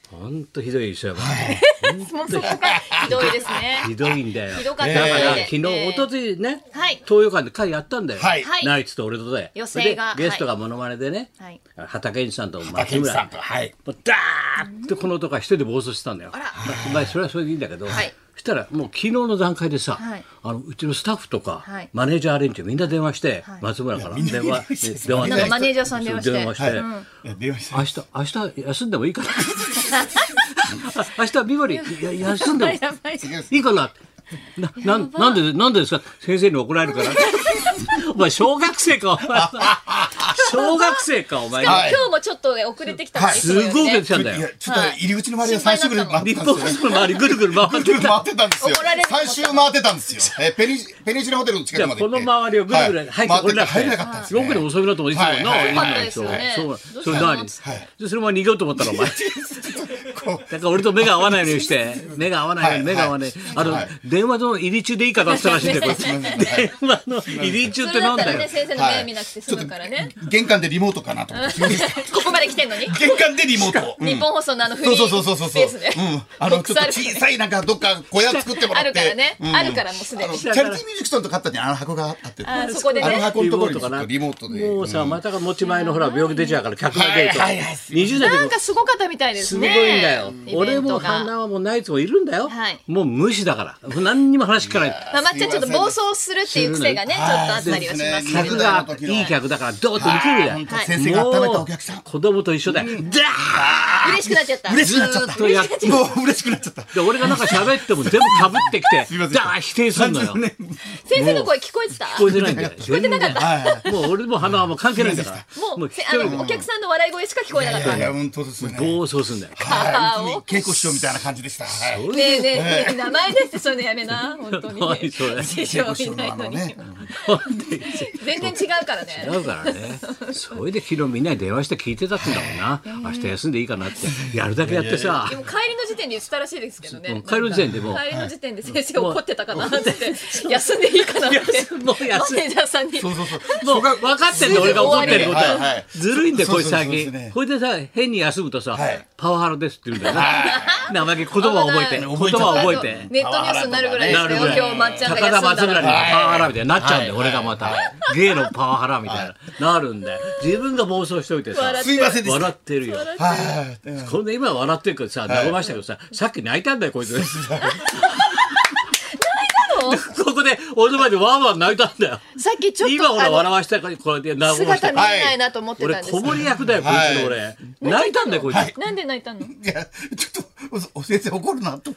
ほんとひどいですよ。 もうそこがひどいですね。 ひどいんだよ。 ひどかっただからね昨日、一昨日ね、 はい東洋館で会やったんだよ。 はいナイツと俺とで。 予選がでゲストがモノマネでね、 はい畑健さんと松村。 竹内さんと、はい。 もうダーッとこの男が一人で暴走してたんだよ。まあそれはそれでいいんだけど、 はいそしたらもう昨日の段階でさ、 はい、 うちのスタッフとか、 はい、 マネージャー連中みんな電話して、 はい、 松村から電話なんかマネージャーさん電話して、 電話して、 電話して明日休んでもいいかな明日ビバリー休んでもいいかななんでですか先生に怒られるからお前小学生かお前小学生かお前今日もちょっと遅れてきたんですすごい遅れてきたんだよ。 ちょっと入り口の周りが最終ぐらい回ってたんですよね。 日本の周りぐるぐる回ってた。 回ってたんですよ。最終回ってたんですよ。ペニシュラホテルの近くまで行って。 この周りをぐるぐる入ってこれなくて、 入れなかったんですね。 6で遅いなと思っていつもな、 よかったですよね。 それ何？それも逃げようと思ったらお前。だから俺と目が合わないようにして目が合わないように目が合わない。電話の入り中でいいかなって言ったらしいんだよ。電話の入り中ってなんだよ。 先生の目見なくて済むからね。 玄関でリモートかなと思って。 ここまで来てんのに。 玄関でリモート。 日本放送のフリースペースで。 ちょっと小さいなんかどっか小屋作ってもらって。 あるからね。あるからもうすでに。 チャリティーミュージックさんと買ったに箱があって。 そこでね。 箱のところにちょっとリモートで。 もうさまた持ち前のほら病気出ちゃうから客が出ると。20代でなんかすごかったみたいですね。 すごいんだよ。俺も花はもうナイツもいるんだよ。もう無視だから。何にも話聞かない。 まっちゃんちょっと暴走するっていう癖がねちょっとあったりはしますけど。 客がいい客だからどうと受けるやん。 先生が温めたお客さん。 子供と一緒だよ。 嬉しくなっちゃった。 嬉しくなっちゃった。もう嬉しくなっちゃった。 で俺がなんか喋っても全部かぶってきて、否定するのよ。 先生の声聞こえてた？ 聞こえてないんだよ。 聞こえてなかった。 もう俺も花はもう関係ないんだから。 もうお客さんの笑い声しか聞こえなかった。 いや本当ですね。 暴走するんだよ。 稽古師匠みたいな感じでした。 ねえねえ名前ですってそういうのやめな本当に。 稽古師匠のね。 全然違うからね。 違うからね。それで昨日みんなに電話して聞いてたってんだもんな。明日休んでいいかなってやるだけやってさ。 でも帰りの時点で言ってたらしいですけどね。 帰りの時点でもう。 帰りの時点で先生怒ってたかなって休んでいいかなってもうマネージャーさんに。 もう分かってんだ俺が怒ってることは。ずるいんだよこいつ最近。これでさ変に休むとさパワハラですって言うんだよね。生意気言葉を覚えて言葉を覚えて。 ネットニュースになるぐらいですよ今日まっちゃんが休んだら。 高田松村にパワハラみたいになっちゃうんだよ俺がまた。ゲイのパワハラみたいななるんだよ。自分が暴走しておいてさ。 すいませんでした。 笑ってるよ。これで今笑ってるけどさ和ましたけどささっき泣いたんだよこいつ。ここで俺の前でワンワン泣いたんだよ。 さっきちょっと今俺笑わしたからこうやって和ました。 姿見えないなと思ってたんです。 俺子守役だよこいつの俺。泣いたんだよこいつ。 なんで泣いたの？ いやちょっと先生怒るなと。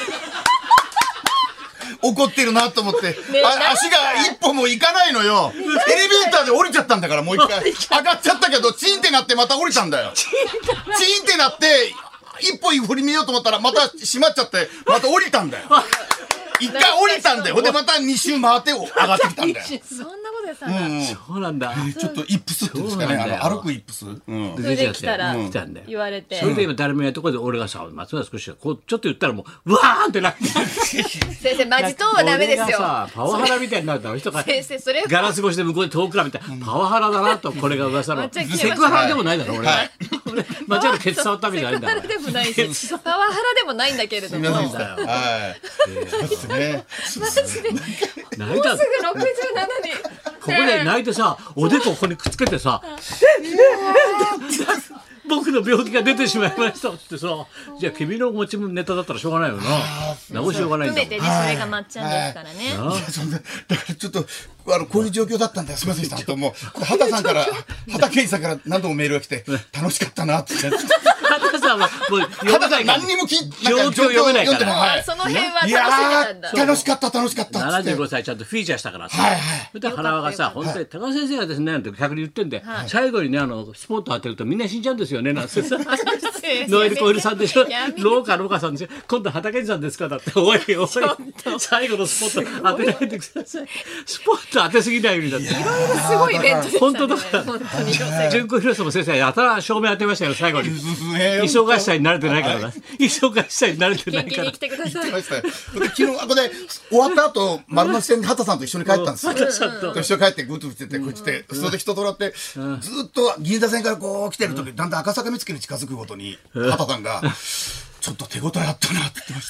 怒ってるなと思って、足が一歩も行かないのよ。エレベーターで降りちゃったんだからもう一回上がっちゃったけどチンってなってまた降りたんだよ。チンってなって一歩振り見ようと思ったらまた閉まっちゃってまた降りたんだよ。一回降りたんだよ。ほんでまた2周回って上がってきたんだよ。 そんなことやさそうなんだ。 ちょっとイップスっていうんですかね。歩くイップス。 それで来たら来たんだよ。 言われて。 それで今誰もいないところで俺がさ松村少しこうちょっと言ったらもうわーんってなって。 先生マジとはダメですよ。 パワハラみたいになるだろ人が先生それガラス越しで向こうで遠くら見たパワハラだなとこれが噂のセクハラでもないだろ俺。間違いケツ触ったわけじゃないんだから。 セクハラでもないしパワハラでもないんだけれども。 はい。ね。 マジでもうすぐ67にここで泣いてさおでこここにくっつけてさ僕の病気が出てしまいましたってさじゃあ君の持ちネタだったらしょうがないよな直しようがないんだもん。 含めてねそれがまっちゃんですからね。 だからちょっとこういう状況だったんだよすみませんでしたともう畑さんから畑健さんから何度もメールが来て楽しかったなって。 畑さんはもう畑さん何にも状況読めないから。 その辺は楽しんでたんだ。 楽しかった楽しかった。 75歳ちゃんとフィーチャーしたからさ。それで花輪がさ本当に高先生がですねって客に言ってんで最後にねスポット当てるとみんな死んじゃうんですよねなんてさ。ノエルコイルさんでしょローカさんでしょ今度畑健さんですかだっておいおい最後のスポット当てないでください。スポット当てすぎないようにだって。 すごいイベントでしたね。 本当だから純子広さんも先生やたら照明当てましたよ最後に。 忙しさに慣れてないからな。忙しさに慣れてないから。 元気に来てください。 昨日ここで終わった後丸の内線で畑さんと一緒に帰ったんですよ。一緒に帰ってグツグツってこっちでそれで人となってずっと銀座線からこう来てる時だんだん赤坂見附に近づくごとに畑さんがちょっと手応えあったなって言ってました。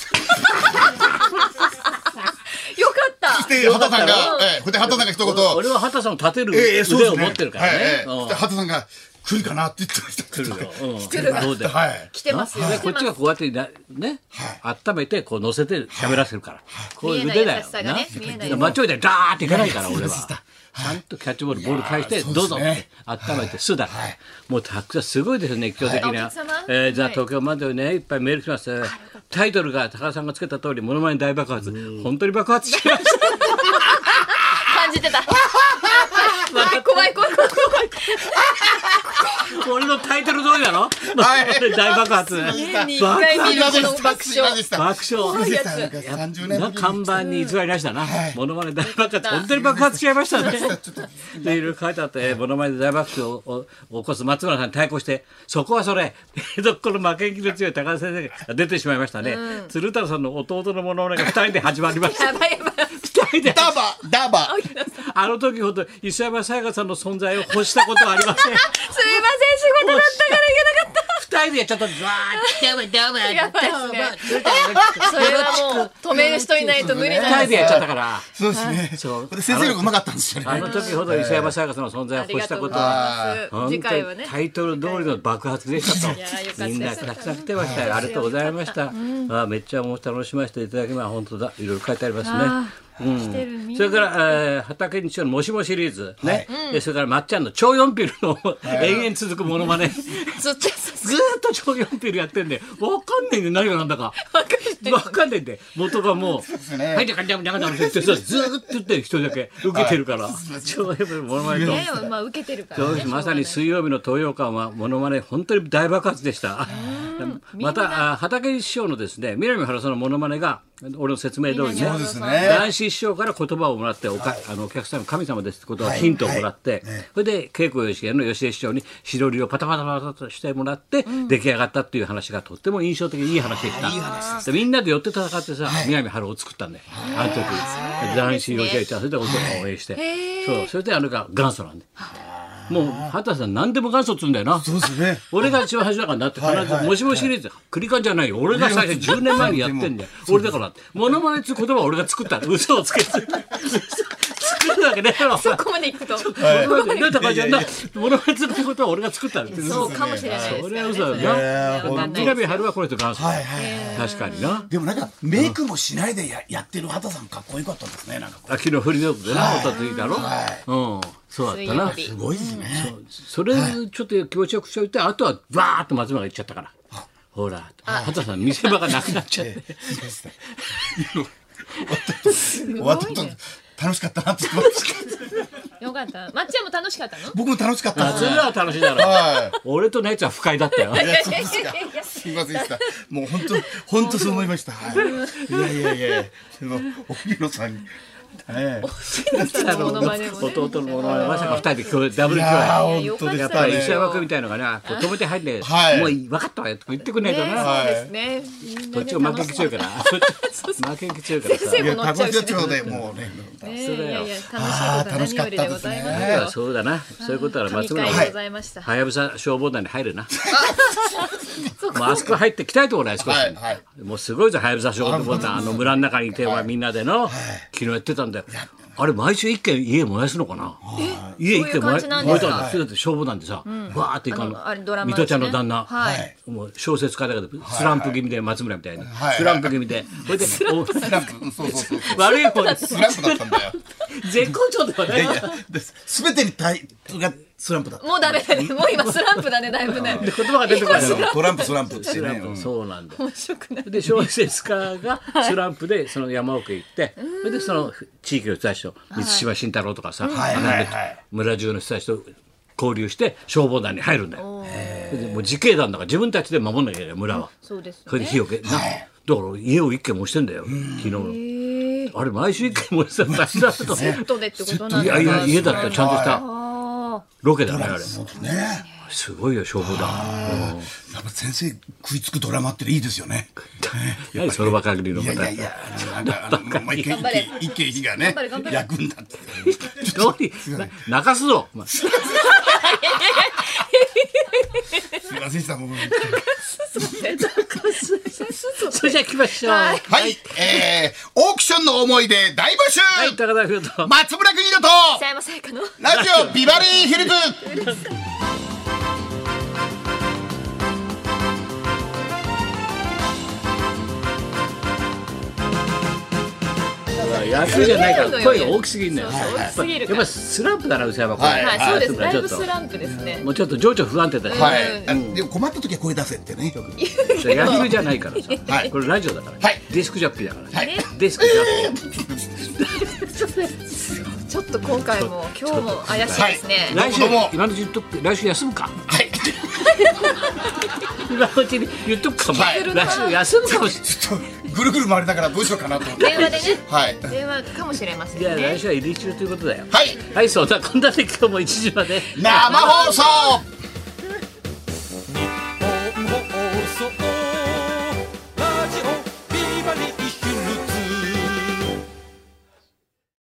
よかった。 で畑さんが畑さんが一言俺は畑さんを立てる腕を持ってるからね。 畑さんが来るかなって言ってました。 来るよ。 来るそうだよ。 来てますよ。 こっちがこうやってね、温めてこう乗せて喋らせるから。こういう腕だよな。間違えてダーっていかないから俺は。ちゃんとキャッチボール返してどうぞって温めてすだ。もうたくさんすごいですよ熱狂的な。じゃあ東京までねいっぱいメール来ます。タイトルが高田さんがつけた通りモノマネ大爆発。本当に爆発しました。 感じてた。怖い。 俺のタイトル通りだろ。大爆発。 年に1回見るこの爆笑。 爆笑。看板に偽りなしだな。モノマネ大爆発。本当に爆発しちゃいましたね。でいろいろ書いてあってモノマネ大爆笑を起こす松村さんに対抗してそこはそれこの負けん気の強い高田先生が出てしまいましたね。鶴太郎さんの弟のモノマネが2人で始まりました。2人で。 ダバ。 あの時ほど磯山さやかさんの存在を欲したことはありません。 すいません仕事だったから言えなかった。 二人でやっちゃった。 それはもう止める人いないと無理なんです。 二人でやっちゃったから。 そうですね。先生力うまかったんですよね。 あの時ほど磯山さやかさんの存在を欲したことは次回はねタイトル通りの爆発でしたと。みんなたくさん来てましたよ。ありがとうございました。めっちゃ楽しませていただきます。本当だ。いろいろ書いてありますね。それから畑にしのもしもシリーズね、それからまっちゃんの超四ピルの延々続くモノマネ、ずっと超四ピルやってんでわかんないんで何がなんだかわかんないんで元がもうはいじゃあじゃあじゃあってずっと言って一人だけ受けてるから超四ピルモノマネと受けてるからね。 まさに水曜日の東洋館はモノマネ本当に大爆発でした。また畑師匠のですね南原さんのモノマネが俺の説明通りね男子師匠から言葉をもらってお客さんの神様ですってことをヒントをもらってそれで稽古吉の吉江師匠に白りをパタパタパタとしてもらって出来上がったっていう話がとっても印象的にいい話でした。みんなで寄って戦ってさ南原を作ったんだよあの時男子吉江ちゃんそれで応援してそれで元祖なんで。もう畑さん何でも元祖っつうんだよな。 そうですね。 俺が一番初だからなって必ずもしもシリーズクリカンじゃないよ。俺が最初10年前にやってんだよ。俺だからモノマネつ言葉は俺が作った嘘をつけ作るわけねえだろ。 そこまでいくとモノマネつことは俺が作ったんだ。 そうかもしれないです。 それは嘘だよな。南春はこの人元祖。確かにな。 でもメイクもしないでやってる畑さんかっこよかったですね。 昨日振りのでな歌ついたろ。そうだったな。 すごいですね。 それちょっと気持ちよくしといてあとはバーッと松村が行っちゃったからほら畑さん見せ場がなくなっちゃって終わったと楽しかったなって言ってました。 よかった。まっちゃんも楽しかったの？ 僕も楽しかった。 それは楽しいだろ。俺とのやつは不快だったよ。 すみませんでした。もう本当そう思いました。いや荻野さんに。 弟のものまさか2人でダブル共演。やっぱり石山君みたいのがな止めて入ってもう分かったわよとか言ってくれないとな。 そうですね。 どっちも負けん気強いから負けん気強いからさ。 先生も乗っちゃうしね。もうね。 楽しかったですね。 そうだな。そういうことは松村はやぶさ消防団に入るな。あそこ入って鍛えてもらえ少し。もうすごいぞはやぶさ消防団村の中にいてみんなでの昨日やってたんだよ。あれ毎週一軒家燃やすのかな。家一軒燃えたんだ。それだって消防団でさわーっていかんの水戸ちゃんの旦那もう小説家だけどスランプ気味で松村みたいなスランプ気味でこれで悪い方でスランプだったんだよ。 絶好調だよね。 全てにがスランプだ。 もうダメだね。もう今スランプだねだいぶね。 言葉が出てこないの。 トランプスランプってね。 そうなんだ。で小説家がスランプでその山奥へ行ってそれでその地域の人たちと満島慎太郎とかさ村中の人たちと交流して消防団に入るんだよ。もう自警団だから自分たちで守んなきゃいけない村は。それで火をだから家を一軒もしてんだよ昨日の。あれ毎週一軒もしてたんだ。 セットでってことなんだ。 いや家だったらちゃんとしたロケだねあれ。 すごいよ勝負だ。 やっぱ先生食いつくドラマっていいですよね。 何その場限りのいやいやいや、なんか一軒がね焼くんだって。 泣かすぞ。 すいませんでした。 それじゃあ行きましょう。 はい、オークションの思い出大募集。 はい、高田文夫と松村邦洋と北山さやかのラジオビバリーヒルズ。 安いじゃないから声が大きすぎるのよ。 大きすぎるからやっぱスランプだな、内山君。 はい、そうです。だいぶスランプですね。 もうちょっと情緒不安定だし。 はい。でも困った時は声出せってね。 野球じゃないからさ。これラジオだから。ディスクジョッキーだから。ディスクジョッキー。 ちょっと今回も今日も怪しいですね。 来週今のうち言っとく。来週休むか。 はい。 今のうちに言っとくかも。来週休むかもしれない。 ぐるぐる回りながらどうしようかなと思って。 電話でね。 はい。 電話かもしれませんね。 じゃあ来週は入り中ということだよ。 はい。 はい、そんなこんなで今日も1時まで生放送。 日本放送